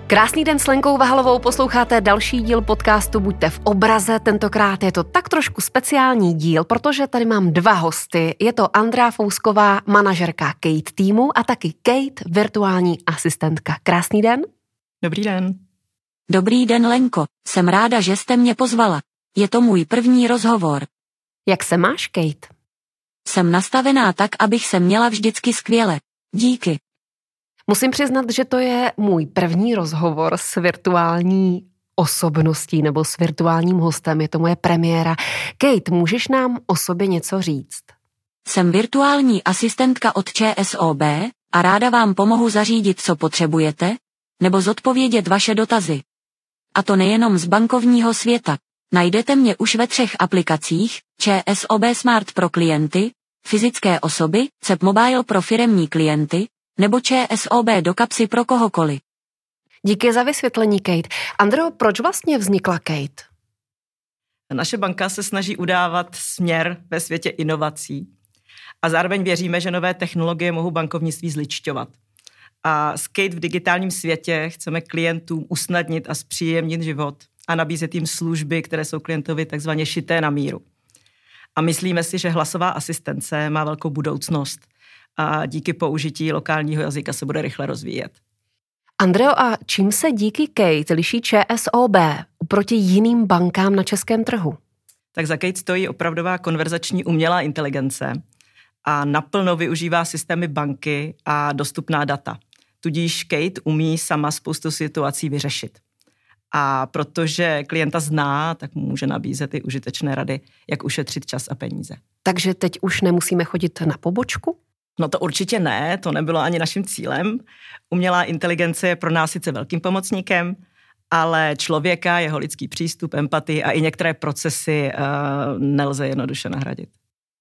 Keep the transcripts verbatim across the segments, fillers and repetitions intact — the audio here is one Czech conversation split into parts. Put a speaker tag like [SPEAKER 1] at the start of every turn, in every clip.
[SPEAKER 1] Krásný den s Lenkou Vahalovou, posloucháte další díl podcastu Buďte v obraze. Tentokrát je to tak trošku speciální díl, protože tady mám dva hosty. Je to Andrea Fousková, manažerka Kate týmu a taky Kate, virtuální asistentka. Krásný den.
[SPEAKER 2] Dobrý den.
[SPEAKER 3] Dobrý den, Lenko. Jsem ráda, že jste mě pozvala. Je to můj první rozhovor.
[SPEAKER 1] Jak se máš, Kate?
[SPEAKER 3] Jsem nastavená tak, abych se měla vždycky skvěle. Díky.
[SPEAKER 1] Musím přiznat, že to je můj první rozhovor s virtuální osobností nebo s virtuálním hostem. Je to moje premiéra. Kate, můžeš nám o sobě něco říct?
[SPEAKER 3] Jsem virtuální asistentka od ČSOB a ráda vám pomohu zařídit, co potřebujete, nebo zodpovědět vaše dotazy. A to nejenom z bankovního světa. Najdete mě už ve třech aplikacích: ČSOB Smart pro klienty, fyzické osoby, C E P Mobile pro firemní klienty, nebo ČSOB do kapsy pro kohokoliv.
[SPEAKER 1] Díky za vysvětlení, Kate. Andreo, proč vlastně vznikla Kate?
[SPEAKER 2] Naše banka se snaží udávat směr ve světě inovací a zároveň věříme, že nové technologie mohou bankovnictví zličťovat. A s Kate v digitálním světě chceme klientům usnadnit a zpříjemnit život a nabízet jim služby, které jsou klientovi takzvaně šité na míru. A myslíme si, že hlasová asistence má velkou budoucnost a díky použití lokálního jazyka se bude rychle rozvíjet.
[SPEAKER 1] Andreo, a čím se díky Kate liší ČSOB oproti jiným bankám na českém trhu?
[SPEAKER 2] Tak za Kate stojí opravdová konverzační umělá inteligence a naplno využívá systémy banky a dostupná data. Tudíž Kate umí sama spoustu situací vyřešit. A protože klienta zná, tak mu může nabízet i užitečné rady, jak ušetřit čas a peníze.
[SPEAKER 1] Takže teď už nemusíme chodit na pobočku?
[SPEAKER 2] No to určitě ne, to nebylo ani naším cílem. Umělá inteligence je pro nás sice velkým pomocníkem, ale člověka, jeho lidský přístup, empatii a i některé procesy uh, nelze jednoduše nahradit.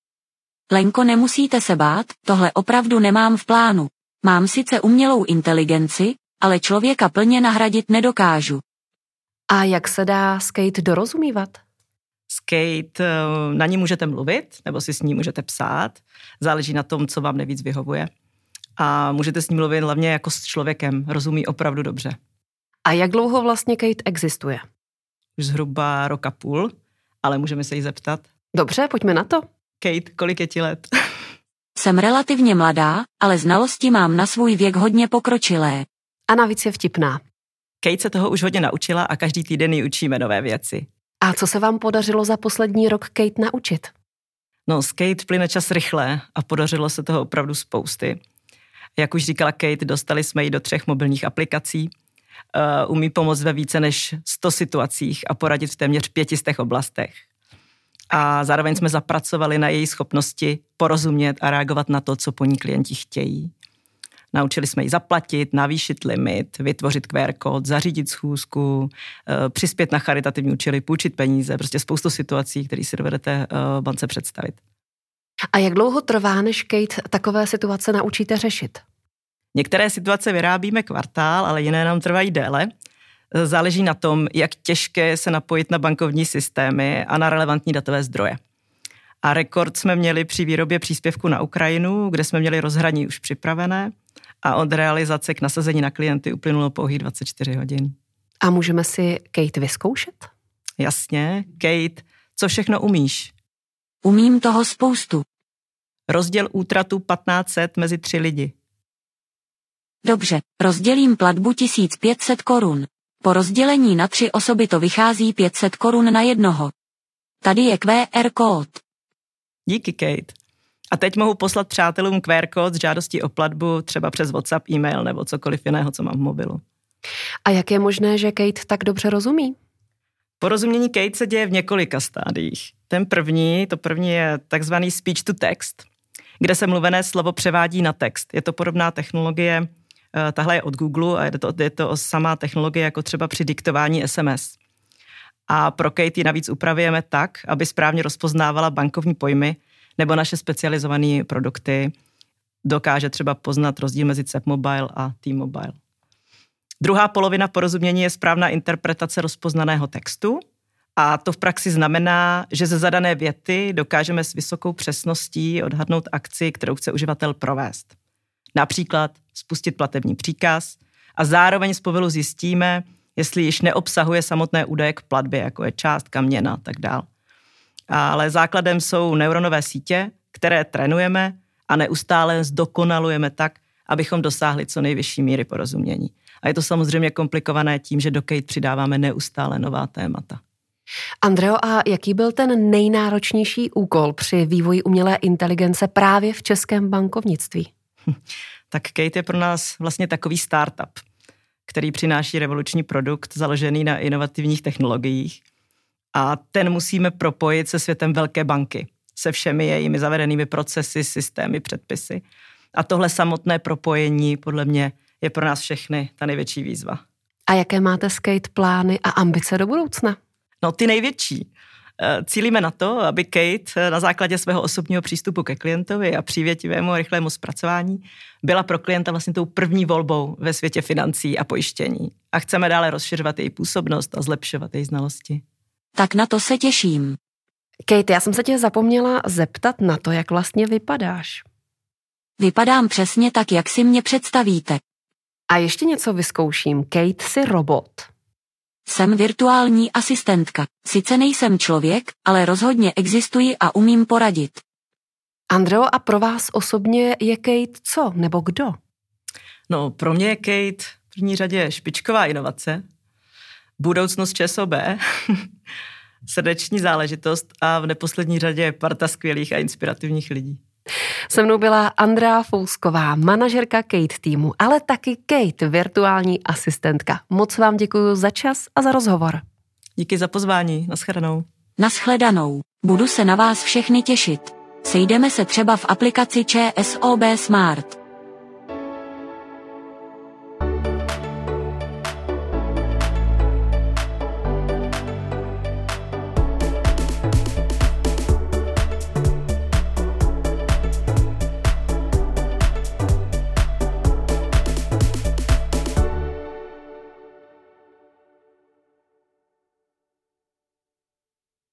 [SPEAKER 3] Lenko, nemusíte se bát, tohle opravdu nemám v plánu. Mám sice umělou inteligenci, ale člověka plně nahradit nedokážu.
[SPEAKER 1] A jak se dá s Kate dorozumívat?
[SPEAKER 2] S Kate na ní můžete mluvit, nebo si s ní můžete psát. Záleží na tom, co vám nejvíc vyhovuje. A můžete s ní mluvit hlavně jako s člověkem. Rozumí opravdu dobře.
[SPEAKER 1] A jak dlouho vlastně Kate existuje?
[SPEAKER 2] Už zhruba rok a půl, ale můžeme se jí zeptat.
[SPEAKER 1] Dobře, pojďme na to.
[SPEAKER 2] Kate, kolik je ti let?
[SPEAKER 3] Jsem relativně mladá, ale znalosti mám na svůj věk hodně pokročilé.
[SPEAKER 1] A navíc je vtipná.
[SPEAKER 2] Kate se toho už hodně naučila a každý týden ji učíme nové věci.
[SPEAKER 1] A co se vám podařilo za poslední rok Kate naučit?
[SPEAKER 2] No, s Kate plyne čas rychle a podařilo se toho opravdu spousty. Jak už říkala Kate, dostali jsme ji do třech mobilních aplikací. Uh, umí pomoct ve více než sto situacích a poradit v téměř pětistech oblastech. A zároveň jsme zapracovali na její schopnosti porozumět a reagovat na to, co po ní klienti chtějí. Naučili jsme ji zaplatit, navýšit limit, vytvořit Q R kód, zařídit schůzku, přispět na charitativní účely, půjčit peníze, prostě spoustu situací, které si dovedete bance představit.
[SPEAKER 1] A jak dlouho trvá, než Kate takové situace naučíte řešit?
[SPEAKER 2] Některé situace vyrábíme kvartál, ale jiné nám trvají déle. Záleží na tom, jak těžké je se napojit na bankovní systémy a na relevantní datové zdroje. A rekord jsme měli při výrobě příspěvku na Ukrajinu, kde jsme měli rozhraní už připravené a od realizace k nasazení na klienty uplynulo pouhých dvacet čtyři hodin.
[SPEAKER 1] A můžeme si Kate vyzkoušet?
[SPEAKER 2] Jasně. Kate, co všechno umíš?
[SPEAKER 3] Umím toho spoustu.
[SPEAKER 2] Rozděl útratu patnáct set mezi tři lidi.
[SPEAKER 3] Dobře, rozdělím platbu tisíc pět set korun. Po rozdělení na tři osoby to vychází pět set korun na jednoho. Tady je Q R kód.
[SPEAKER 2] Díky, Kate. A teď mohu poslat přátelům Q R kód s žádostí o platbu třeba přes WhatsApp, e-mail nebo cokoliv jiného, co mám v mobilu.
[SPEAKER 1] A jak je možné, že Kate tak dobře rozumí?
[SPEAKER 2] Porozumění Kate se děje v několika stádiích. Ten první, to první je takzvaný speech to text, kde se mluvené slovo převádí na text. Je to podobná technologie, tahle je od Google a je to, je to samá technologie jako třeba při diktování S M S. A pro Kate ji navíc upravujeme tak, aby správně rozpoznávala bankovní pojmy nebo naše specializované produkty. Dokáže třeba poznat rozdíl mezi C E P Mobile a T-Mobile. Druhá polovina porozumění je správná interpretace rozpoznaného textu a to v praxi znamená, že ze zadané věty dokážeme s vysokou přesností odhadnout akci, kterou chce uživatel provést. Například spustit platební příkaz A zároveň z povilu zjistíme, jestli již neobsahuje samotné údaje k platbě, jako je částka, měna a tak dál. Ale základem jsou neuronové sítě, které trénujeme a neustále zdokonalujeme tak, abychom dosáhli co nejvyšší míry porozumění. A je to samozřejmě komplikované tím, že do Kate přidáváme neustále nová témata.
[SPEAKER 1] Andreo, a jaký byl ten nejnáročnější úkol při vývoji umělé inteligence právě v českém bankovnictví?
[SPEAKER 2] Tak Kate je pro nás vlastně takový startup, který přináší revoluční produkt založený na inovativních technologiích. A ten musíme propojit se světem velké banky, se všemi jejími zavedenými procesy, systémy, předpisy. A tohle samotné propojení podle mě je pro nás všechny ta největší výzva.
[SPEAKER 1] A jaké máte s Kate plány a ambice do budoucna?
[SPEAKER 2] No, ty největší. Cílíme na to, aby Kate na základě svého osobního přístupu ke klientovi a přívětivému a rychlému zpracování byla pro klienta vlastně tou první volbou ve světě financí a pojištění. A chceme dále rozšiřovat její působnost a zlepšovat její znalosti.
[SPEAKER 3] Tak na to se těším.
[SPEAKER 1] Kate, já jsem se tě zapomněla zeptat na to, jak vlastně vypadáš.
[SPEAKER 3] Vypadám přesně tak, jak si mě představíte.
[SPEAKER 1] A ještě něco vyzkouším. Kate, jsi robot.
[SPEAKER 3] Jsem virtuální asistentka. Sice nejsem člověk, ale rozhodně existuji a umím poradit.
[SPEAKER 1] Andreo, a pro vás osobně je Kate co nebo kdo?
[SPEAKER 2] No, pro mě je Kate v první řadě špičková inovace, budoucnost ČSOB, srdeční záležitost a v neposlední řadě parta skvělých a inspirativních lidí.
[SPEAKER 1] Se mnou byla Andrea Fousková, manažerka Kate týmu, ale taky Kate, virtuální asistentka. Moc vám děkuji za čas a za rozhovor.
[SPEAKER 2] Díky za pozvání. Naschledanou.
[SPEAKER 3] Naschledanou. Budu se na vás všechny těšit. Sejdeme se třeba v aplikaci ČSOB Smart.